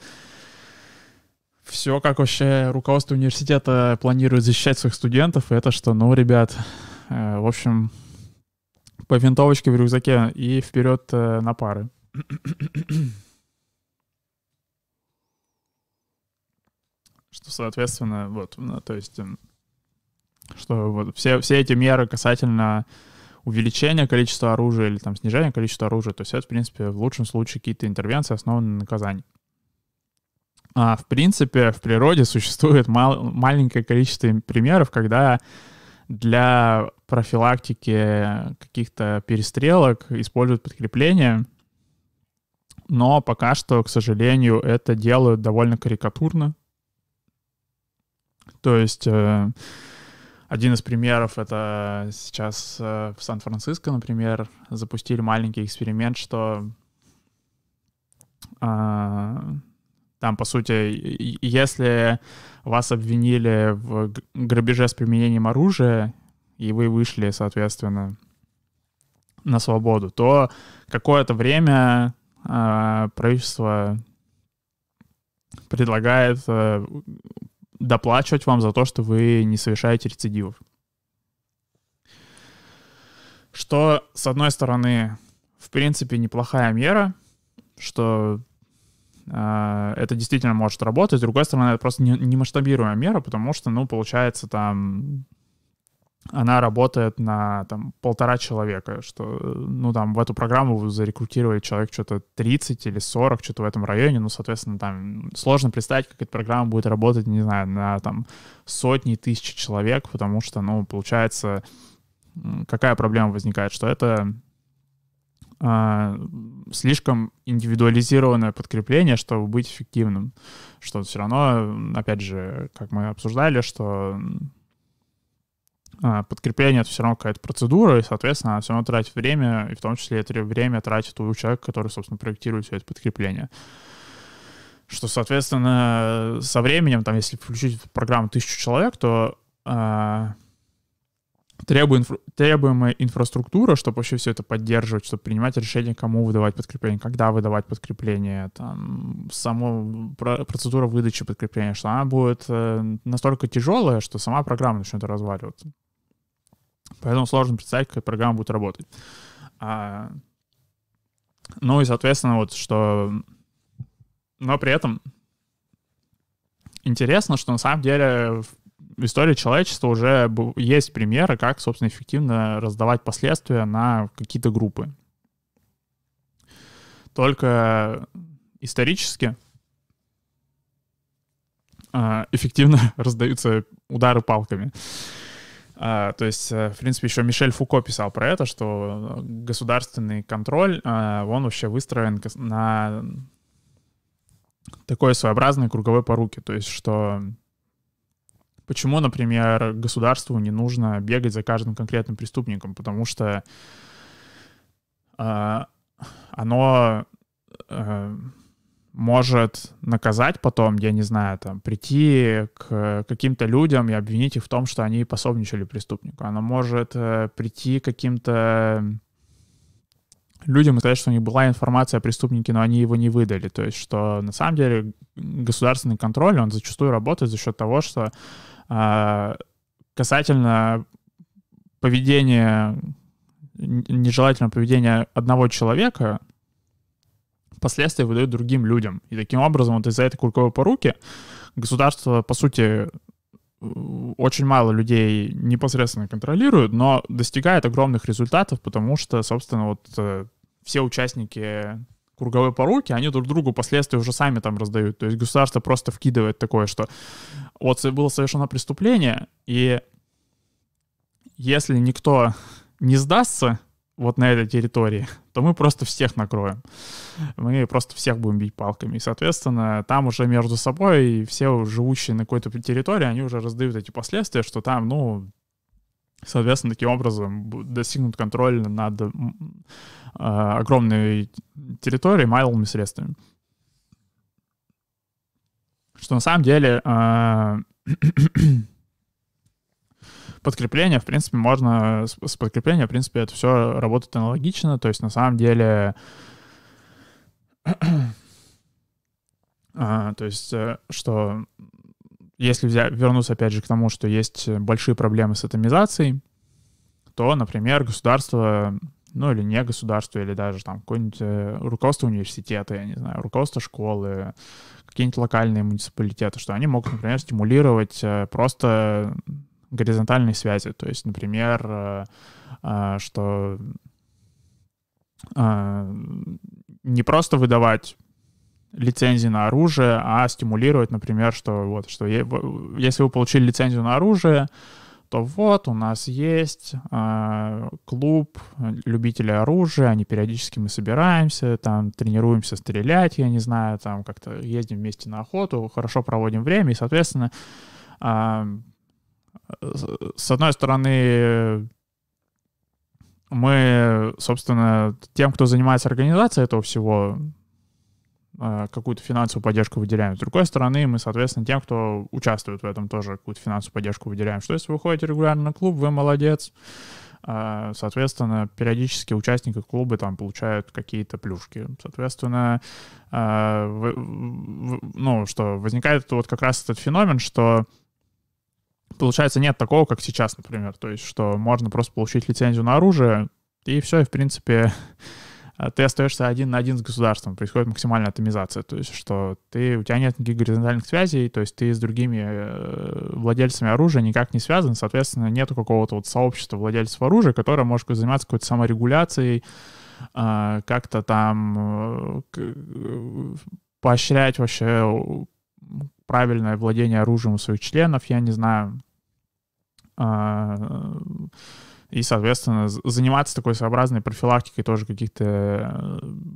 все, как вообще руководство университета планирует защищать своих студентов, это что, ну, ребят, в общем, по винтовочке в рюкзаке и вперед на пары. Что, соответственно, вот, ну, то есть, что вот все эти меры касательно увеличения количества оружия или там снижения количества оружия, то есть это, в принципе, в лучшем случае какие-то интервенции, основанные на наказании. А в принципе, в природе существует маленькое количество примеров, когда для профилактики каких-то перестрелок используют подкрепление, но пока что, к сожалению, это делают довольно карикатурно. То есть один из примеров — это сейчас в Сан-Франциско, например, запустили маленький эксперимент, что Там, по сути, если вас обвинили в грабеже с применением оружия, и вы вышли, соответственно, на свободу, то какое-то время правительство предлагает доплачивать вам за то, что вы не совершаете рецидивов. Что, с одной стороны, в принципе, неплохая мера, что это действительно может работать. С другой стороны, это просто не масштабируемая мера, потому что, ну, получается, там она работает на там 1,5 человека, что, ну, там в эту программу вы зарекрутировали человек что-то 30 или 40, что-то в этом районе, ну, соответственно, там сложно представить, как эта программа будет работать, не знаю, на там сотни тысяч человек, потому что, ну, получается, какая проблема возникает, что это слишком индивидуализированное подкрепление, чтобы быть эффективным, что все равно, опять же, как мы обсуждали, что подкрепление — это все равно какая-то процедура, и, соответственно, она все равно тратит время, и в том числе это время тратит у человека, который, собственно, проектирует все это подкрепление. Что, соответственно, со временем, там, если включить в программу 1000 человек, то требуемая инфраструктура, чтобы вообще все это поддерживать, чтобы принимать решение, кому выдавать подкрепление, когда выдавать подкрепление, там, саму процедура выдачи подкрепления, что она будет настолько тяжелая, что сама программа начнет разваливаться. Поэтому сложно представить, как программа будет работать. Ну и, соответственно, вот что... Но при этом интересно, что на самом деле в истории человечества уже есть примеры, как, собственно, эффективно раздавать последствия на какие-то группы. Только исторически эффективно раздаются удары палками. То есть, в принципе, еще Мишель Фуко писал про это, что государственный контроль, он вообще выстроен на такой своеобразной круговой поруке. То есть, что почему, например, государству не нужно бегать за каждым конкретным преступником? Потому что оно может наказать потом, я не знаю, там, прийти к каким-то людям и обвинить их в том, что они пособничали преступнику. Оно может прийти к каким-то людям и сказать, что у них была информация о преступнике, но они его не выдали. То есть, что на самом деле государственный контроль, он зачастую работает за счет того, что касательно поведения, нежелательного поведения одного человека, последствия выдают другим людям. И таким образом, вот из-за этой круговой поруки государство, по сути, очень мало людей непосредственно контролирует, но достигает огромных результатов, потому что, собственно, вот все участники круговой поруки, они друг другу последствия уже сами там раздают. То есть государство просто вкидывает такое, что вот было совершено преступление, и если никто не сдастся вот на этой территории, то мы просто всех накроем. Мы просто всех будем бить палками. И, соответственно, там уже между собой все живущие на какой-то территории, они уже раздают эти последствия, что там, ну, соответственно, таким образом достигнут контроль над огромной территорией малыми средствами. Что на самом деле подкрепление, в принципе, можно... С подкреплением, в принципе, это все работает аналогично. То есть, на самом деле... То есть, что... Если вернуться, опять же, к тому, что есть большие проблемы с атомизацией, то, например, государство, ну, или не государство, или даже там какое-нибудь руководство университета, я не знаю, руководство школы, какие-нибудь локальные муниципалитеты, что они могут, например, стимулировать просто горизонтальные связи. То есть, например, что не просто выдавать лицензии на оружие, а стимулировать, например, что вот, что если вы получили лицензию на оружие, то вот у нас есть клуб любителей оружия, они периодически мы собираемся, там тренируемся стрелять, я не знаю, там как-то ездим вместе на охоту, хорошо проводим время, и, соответственно, с одной стороны, мы, собственно, тем, кто занимается организацией этого всего, какую-то финансовую поддержку выделяем. С другой стороны, мы, соответственно, тем, кто участвует в этом, тоже какую-то финансовую поддержку выделяем. Что если вы ходите регулярно на клуб, вы молодец. Соответственно, периодически участники клуба там получают какие-то плюшки. Соответственно, ну, что возникает вот как раз этот феномен, что получается нет такого, как сейчас, например. То есть, что можно просто получить лицензию на оружие, и все, и в принципе ты остаешься один на один с государством, происходит максимальная атомизация, то есть что у тебя нет никаких горизонтальных связей, то есть ты с другими владельцами оружия никак не связан, соответственно, нету какого-то вот сообщества владельцев оружия, которое может заниматься какой-то саморегуляцией, как-то там поощрять вообще правильное владение оружием у своих членов, я не знаю. И, соответственно, заниматься такой своеобразной профилактикой тоже каких-то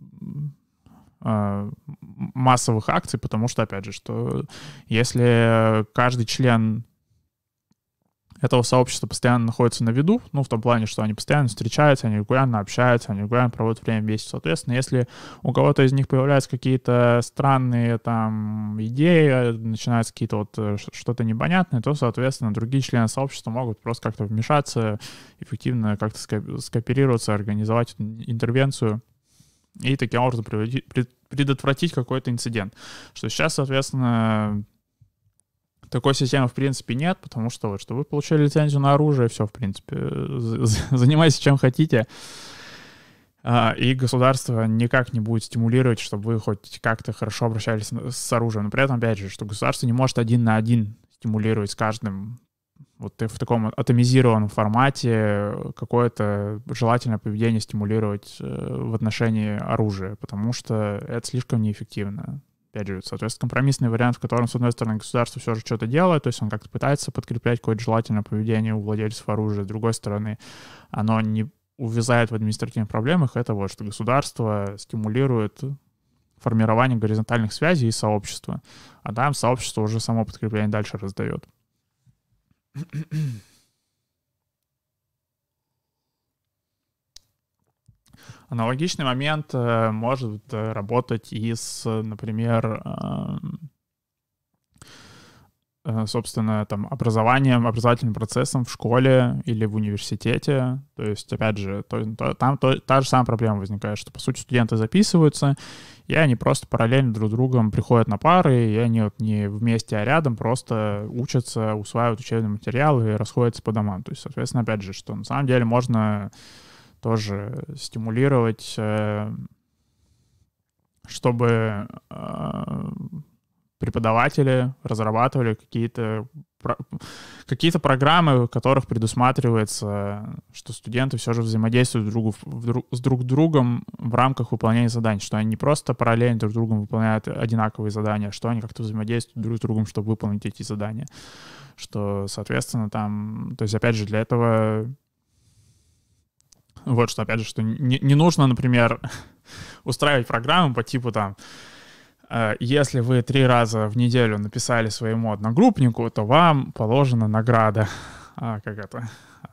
массовых акций, потому что, опять же, что если каждый член этого сообщества постоянно находится на виду, ну, в том плане, что они постоянно встречаются, они регулярно общаются, они регулярно проводят время вместе. Соответственно, если у кого-то из них появляются какие-то странные там идеи, начинаются какие-то вот что-то непонятное, то, соответственно, другие члены сообщества могут просто как-то вмешаться, эффективно как-то скооперироваться, организовать интервенцию и таким образом предотвратить какой-то инцидент. Что сейчас, соответственно, такой системы в принципе нет, потому что вот, что вы получили лицензию на оружие, все, в принципе, занимайтесь чем хотите, и государство никак не будет стимулировать, чтобы вы хоть как-то хорошо обращались с оружием. Но при этом, опять же, что государство не может один на один стимулировать с каждым вот в таком атомизированном формате какое-то желательное поведение стимулировать в отношении оружия, потому что это слишком неэффективно. Опять же, соответственно, компромиссный вариант, в котором, с одной стороны, государство все же что-то делает, то есть он как-то пытается подкреплять какое-то желательное поведение у владельцев оружия, с другой стороны, оно не увязает в административных проблемах, это вот, что государство стимулирует формирование горизонтальных связей и сообщества, а там сообщество уже само подкрепление дальше раздает. Аналогичный момент может работать и с, например, собственно, там, образовательным процессом в школе или в университете. То есть, опять же, там та же самая проблема возникает, что, по сути, студенты записываются, и они просто параллельно друг с другом приходят на пары, и они вот не вместе, а рядом просто учатся, усваивают учебные материалы и расходятся по домам. То есть, соответственно, опять же, что на самом деле можно тоже стимулировать, чтобы преподаватели разрабатывали какие-то программы, в которых предусматривается, что студенты все же взаимодействуют с друг другом в рамках выполнения заданий, что они не просто параллельно друг с другом выполняют одинаковые задания, что они как-то взаимодействуют друг с другом, чтобы выполнить эти задания. Что, соответственно, там... То есть, опять же, для этого... Вот что, опять же, что не нужно, например, устраивать программу по типу там, если вы 3 раза в неделю написали своему одногруппнику, то вам положена награда. Как это?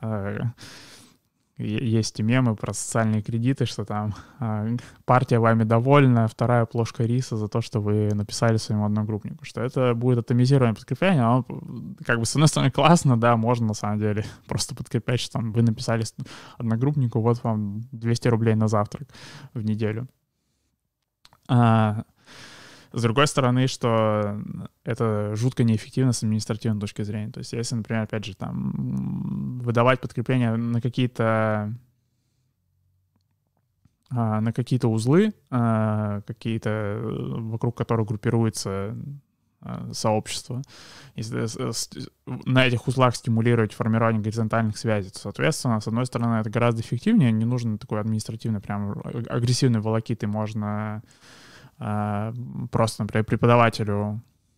Есть и мемы про социальные кредиты, что там партия вами довольна, 2-я плошка риса за то, что вы написали своему одногруппнику. Что это будет атомизированное подкрепление, оно как бы с одной стороны классно, да, можно на самом деле просто подкреплять, что там вы написали одногруппнику, вот вам 200 рублей на завтрак в неделю. С другой стороны, что это жутко неэффективно с административной точки зрения. То есть если, например, опять же, там выдавать подкрепления на какие-то узлы, какие-то, вокруг которых группируется сообщество, и на этих узлах стимулировать формирование горизонтальных связей, то, соответственно, с одной стороны, это гораздо эффективнее, не нужно такой административный, прям агрессивной волокиты, можно просто, например, преподавателю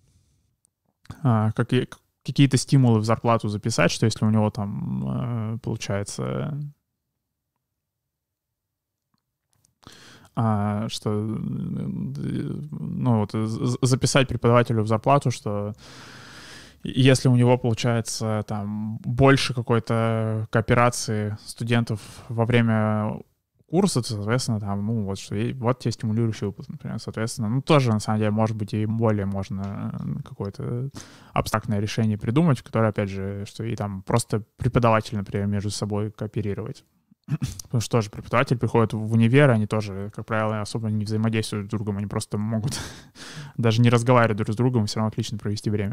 какие-то стимулы в зарплату записать, что если у него там получается, что, ну, вот, записать преподавателю в зарплату, что если у него получается там больше какой-то кооперации студентов во время курса, то, соответственно, там, ну, вот, что вот тебе стимулирующий опыт, например, соответственно, ну, тоже, на самом деле, может быть, и более можно какое-то абстрактное решение придумать, которое, опять же, что и там просто преподаватели, например, между собой кооперировать. Потому что тоже преподаватель приходит в универ, они тоже, как правило, особо не взаимодействуют друг с другом, они просто могут даже не разговаривать друг с другом, все равно отлично провести время.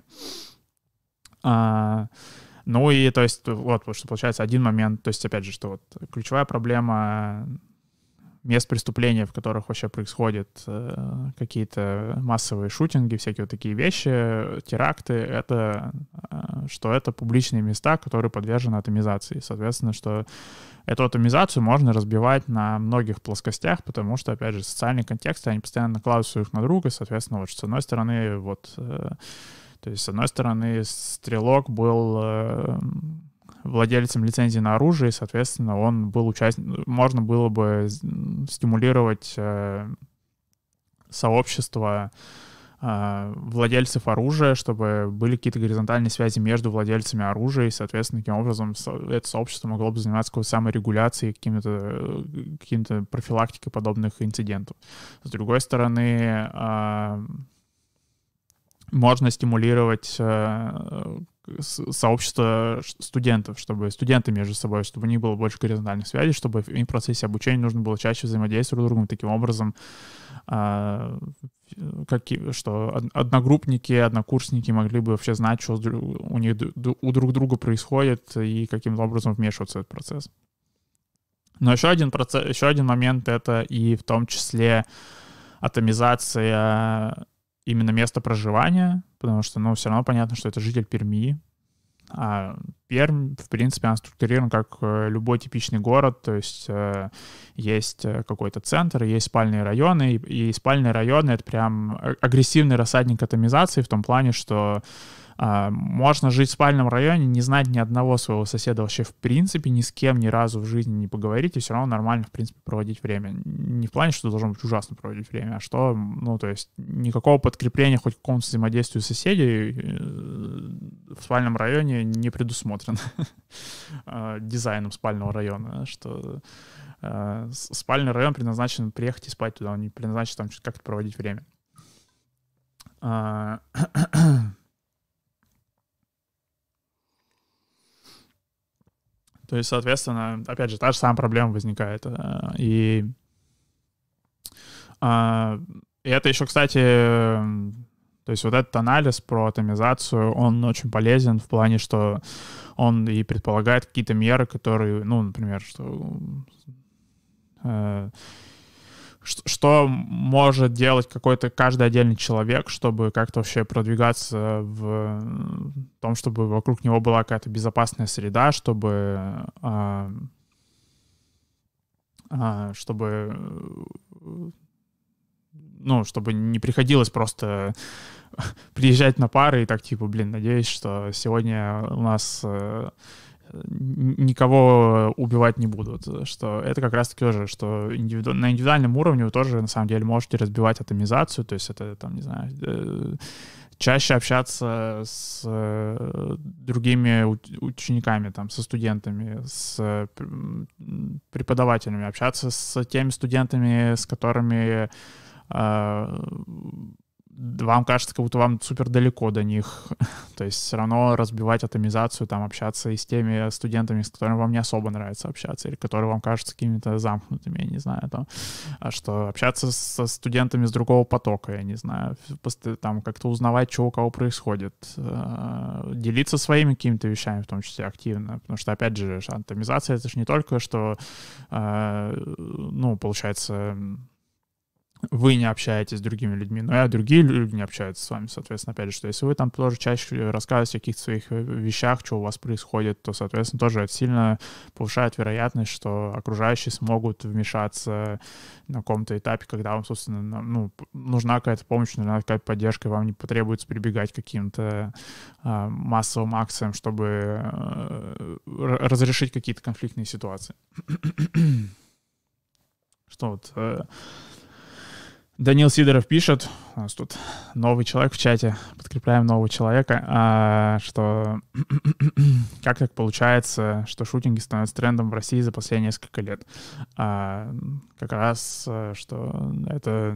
Ну и, то есть, вот, что получается один момент, то есть, опять же, что вот ключевая проблема мест преступления, в которых вообще происходят какие-то массовые шутинги, всякие вот такие вещи, теракты, это что это публичные места, которые подвержены атомизации. Соответственно, что эту атомизацию можно разбивать на многих плоскостях, потому что, опять же, социальные контексты, они постоянно накладываются друг на друга, соответственно, вот, с одной стороны, вот, то есть, с одной стороны, Стрелок был владельцем лицензии на оружие, и, соответственно, он был можно было бы стимулировать сообщество владельцев оружия, чтобы были какие-то горизонтальные связи между владельцами оружия, и, соответственно, таким образом это сообщество могло бы заниматься какой-то саморегуляцией, каким-то профилактикой подобных инцидентов. С другой стороны, можно стимулировать сообщество студентов, чтобы студенты между собой, чтобы у них было больше горизонтальных связей, чтобы им в процессе обучения нужно было чаще взаимодействовать друг с другом. Таким образом, что одногруппники, однокурсники могли бы вообще знать, что у них у друг друга происходит, и каким образом вмешиваться в этот процесс. Но еще один момент — это и в том числе атомизация именно место проживания, потому что, ну, все равно понятно, что это житель Перми. А Пермь, в принципе, она структурирована как любой типичный город, то есть есть какой-то центр, есть спальные районы, и спальные районы — это прям агрессивный рассадник атомизации в том плане, что можно жить в спальном районе, не знать ни одного своего соседа вообще в принципе, ни с кем ни разу в жизни не поговорить, и все равно нормально, в принципе, проводить время. Не в плане, что должно быть ужасно проводить время, а что, ну, то есть никакого подкрепления хоть к какому-то взаимодействию соседей в спальном районе не предусмотрено дизайном спального района, что спальный район предназначен приехать и спать туда, он не предназначен там как-то проводить время. То есть, соответственно, опять же, та же самая проблема возникает. И это еще, кстати, то есть вот этот анализ про атомизацию, он очень полезен в плане, что он и предполагает какие-то меры, которые, ну, например, что может делать каждый отдельный человек, чтобы как-то вообще продвигаться в том, чтобы вокруг него была какая-то безопасная среда, чтобы не приходилось просто приезжать на пары и так, типа, надеюсь, что сегодня у нас никого убивать не будут. Что это как раз-таки тоже, что на индивидуальном уровне вы тоже, на самом деле, можете разбивать атомизацию, то есть это, там, не знаю, чаще общаться с другими учениками, там, со студентами, с преподавателями, общаться с теми студентами, с которыми вам кажется, как будто вам супер далеко до них. То есть все равно разбивать атомизацию, там, общаться и с теми студентами, с которыми вам не особо нравится общаться, или которые вам кажутся какими-то замкнутыми, я не знаю, там, что общаться со студентами с другого потока, я не знаю, там, как-то узнавать, что у кого происходит, делиться своими какими-то вещами, в том числе активно, потому что, опять же, атомизация — это же не только, что, получается, вы не общаетесь с другими людьми, но и другие люди не общаются с вами, соответственно, опять же, что если вы там тоже чаще рассказываете о каких-то своих вещах, что у вас происходит, то, соответственно, тоже это сильно повышает вероятность, что окружающие смогут вмешаться на каком-то этапе, когда вам, собственно, нужна какая-то помощь, нужна какая-то поддержка, и вам не потребуется прибегать к каким-то массовым акциям, чтобы разрешить какие-то конфликтные ситуации. Что вот... Данил Сидоров пишет, у нас тут новый человек в чате, подкрепляем нового человека, что как так получается, что шутинги становятся трендом в России за последние несколько лет. Как раз, что это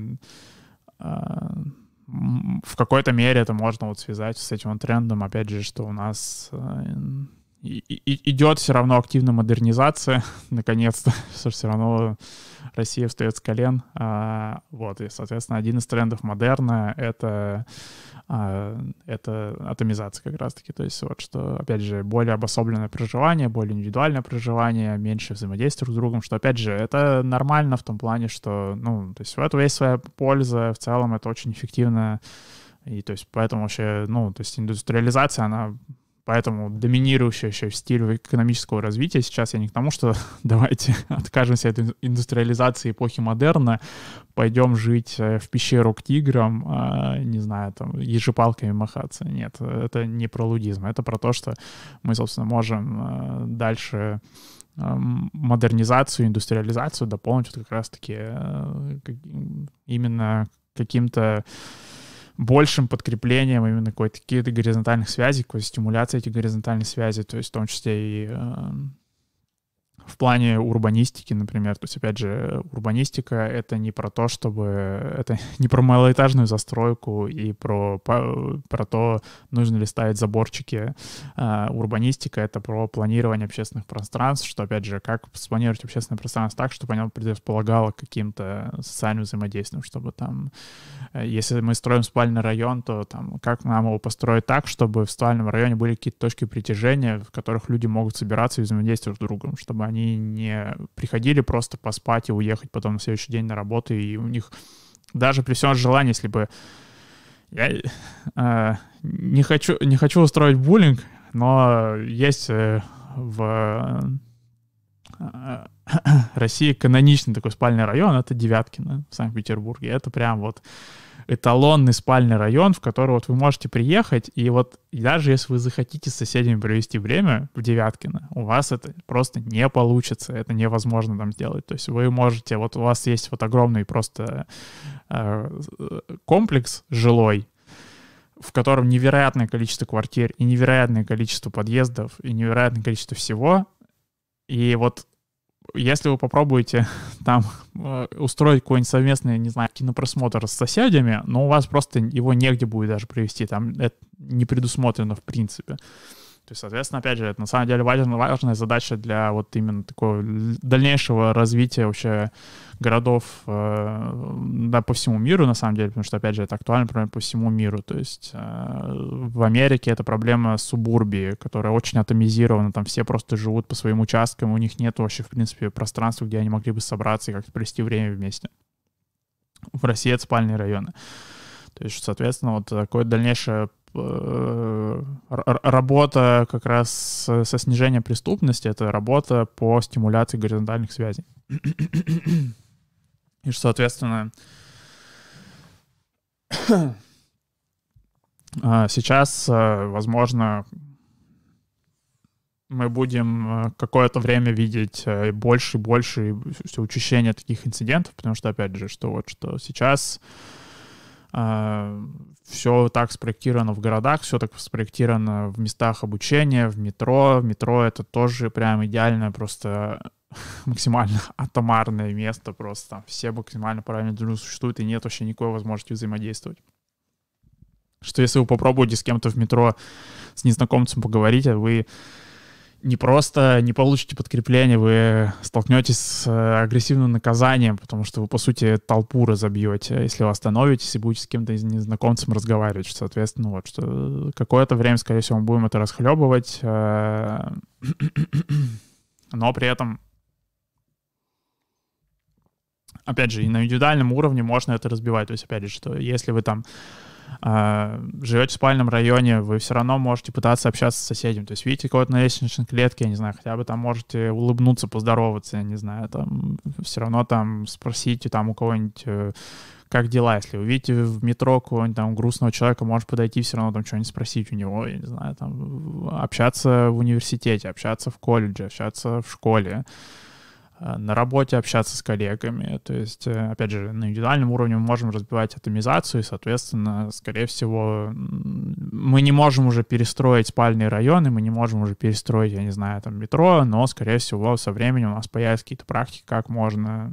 в какой-то мере это можно вот связать с этим вот трендом, опять же, что у нас идет все равно активная модернизация, наконец-то, что все равно Россия встает с колен. Вот, и, соответственно, один из трендов модерна — это атомизация как раз-таки. То есть вот что, опять же, более обособленное проживание, более индивидуальное проживание, меньше взаимодействия друг с другом, что, опять же, это нормально в том плане, что, ну, то есть в этом есть своя польза, в целом это очень эффективно. И то есть поэтому вообще, ну, то есть индустриализация, она поэтому доминирующая еще стиль экономического развития. Сейчас я не к тому, что давайте откажемся от индустриализации эпохи модерна, пойдем жить в пещеру к тиграм, не знаю, там, ежепалками махаться. Нет, это не про лудизм. Это про то, что мы, собственно, можем дальше модернизацию, индустриализацию дополнить вот как раз-таки именно каким-то большим подкреплением именно каких-то горизонтальных связей, какой-то стимуляции этих горизонтальных связей, то есть в том числе и в плане урбанистики, например. То есть, опять же, урбанистика — это не про то, чтобы... Это не про малоэтажную застройку и про то, нужно ли ставить заборчики. Урбанистика — это про планирование общественных пространств, что, опять же, как спланировать общественное пространство так, чтобы оно предрасполагало к каким-то социальным взаимодействиям, чтобы там... Если мы строим спальный район, то там как нам его построить так, чтобы в спальном районе были какие-то точки притяжения, в которых люди могут собираться и взаимодействовать друг с другом, чтобы они не приходили просто поспать и уехать потом на следующий день на работу, и у них даже при всем желании, если бы... Я не хочу устроить буллинг, но есть в России каноничный такой спальный район, это Девяткино в Санкт-Петербурге. Это прям вот эталонный спальный район, в который вот вы можете приехать, и вот даже если вы захотите с соседями провести время в Девяткино, у вас это просто не получится, это невозможно там сделать. То есть вы можете, вот у вас есть вот огромный просто комплекс жилой, в котором невероятное количество квартир и невероятное количество подъездов и невероятное количество всего, и вот если вы попробуете там устроить какой-нибудь совместный, не знаю, кинопросмотр с соседями, но у вас просто его негде будет даже провести, там это не предусмотрено в принципе. То есть, соответственно, опять же, это на самом деле важная задача для вот именно такого дальнейшего развития вообще городов да, по всему миру, на самом деле, потому что, опять же, это актуальная проблема по всему миру. То есть в Америке это проблема субурбии, которая очень атомизирована, там все просто живут по своим участкам, у них нет вообще, в принципе, пространства, где они могли бы собраться и как-то провести время вместе. В России это спальные районы. То есть, соответственно, вот такое дальнейшее работа как раз со снижением преступности, это работа по стимуляции горизонтальных связей. И что, соответственно, сейчас, возможно, мы будем какое-то время видеть больше и больше все учащения таких инцидентов, потому что, опять же, что сейчас все так спроектировано в городах, все так спроектировано в местах обучения, в метро. Метро — это тоже прям идеальное, просто максимально атомарное место, просто там все максимально правильно друг другу существуют, и нет вообще никакой возможности взаимодействовать. Что если вы попробуете с кем-то в метро, с незнакомцем поговорить, вы не просто не получите подкрепление, вы столкнетесь с агрессивным наказанием, потому что вы, по сути, толпу разобьете, если вы остановитесь и будете с кем-то из незнакомцем разговаривать. Соответственно, вот, что какое-то время, скорее всего, мы будем это расхлебывать, но при этом, опять же, и на индивидуальном уровне можно это разбивать. То есть, опять же, что если вы там живете в спальном районе, вы все равно можете пытаться общаться с соседями. То есть видите кого-то на лестничной клетке, я не знаю, хотя бы там можете улыбнуться, поздороваться, я не знаю, там все равно там спросите там у кого-нибудь, как дела. Если вы видите в метро какого-нибудь там грустного человека, можете подойти все равно там что-нибудь спросить у него, я не знаю, там общаться в университете, общаться в колледже, общаться в школе. на работе общаться с коллегами. То есть, опять же, на индивидуальном уровне мы можем разбивать атомизацию, и, соответственно, скорее всего, мы не можем уже перестроить спальные районы, мы не можем уже перестроить, я не знаю, там, метро, но, скорее всего, со временем у нас появятся какие-то практики, как можно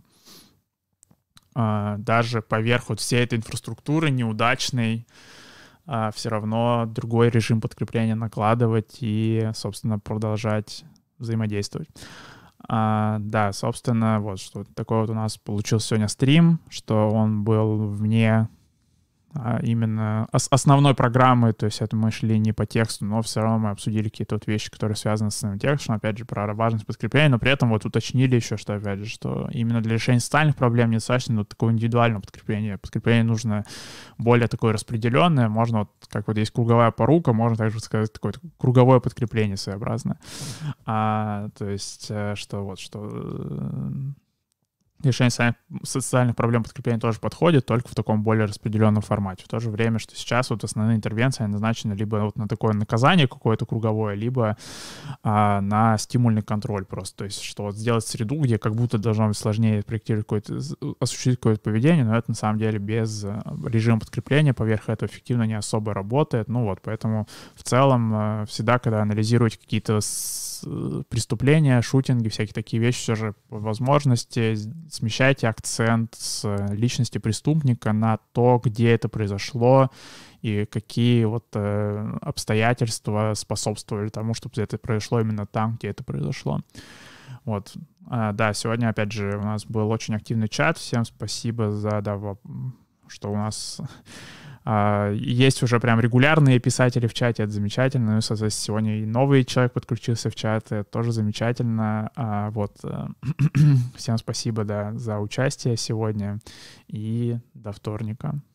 даже поверх вот всей этой инфраструктуры неудачной все равно другой режим подкрепления накладывать и, собственно, продолжать взаимодействовать. Да, собственно, вот что такой вот у нас получился сегодня стрим, что он был вне именно основной программы, то есть это мы шли не по тексту, но все равно мы обсудили какие-то вот вещи, которые связаны с самим текстом, опять же, про важность подкрепления, но при этом вот уточнили еще, что, опять же, что именно для решения социальных проблем недостаточно такого индивидуального подкрепления. Подкрепление нужно более такое распределенное, можно вот, как вот есть круговая порука, можно также сказать, такое круговое подкрепление своеобразное. То есть, что вот, что... решение социальных проблем подкрепления тоже подходит, только в таком более распределенном формате. В то же время, что сейчас вот основные интервенции назначены либо вот на такое наказание какое-то круговое, либо на стимульный контроль просто. То есть что вот сделать среду, где как будто должно быть сложнее проектировать осуществить какое-то поведение, но это на самом деле без режима подкрепления поверх этого эффективно не особо работает. Ну вот, поэтому в целом всегда, когда анализируете какие-то преступления, шутинги, всякие такие вещи, все же по возможности смещайте акцент с личности преступника на то, где это произошло и какие вот обстоятельства способствовали тому, чтобы это произошло именно там, где это произошло. Вот. Да, сегодня, опять же, у нас был очень активный чат. Всем спасибо за, что у нас... Есть уже прям регулярные писатели в чате, это замечательно. Ну, соответственно, сегодня и новый человек подключился в чат, это тоже замечательно. Всем спасибо, да, за участие сегодня и до вторника.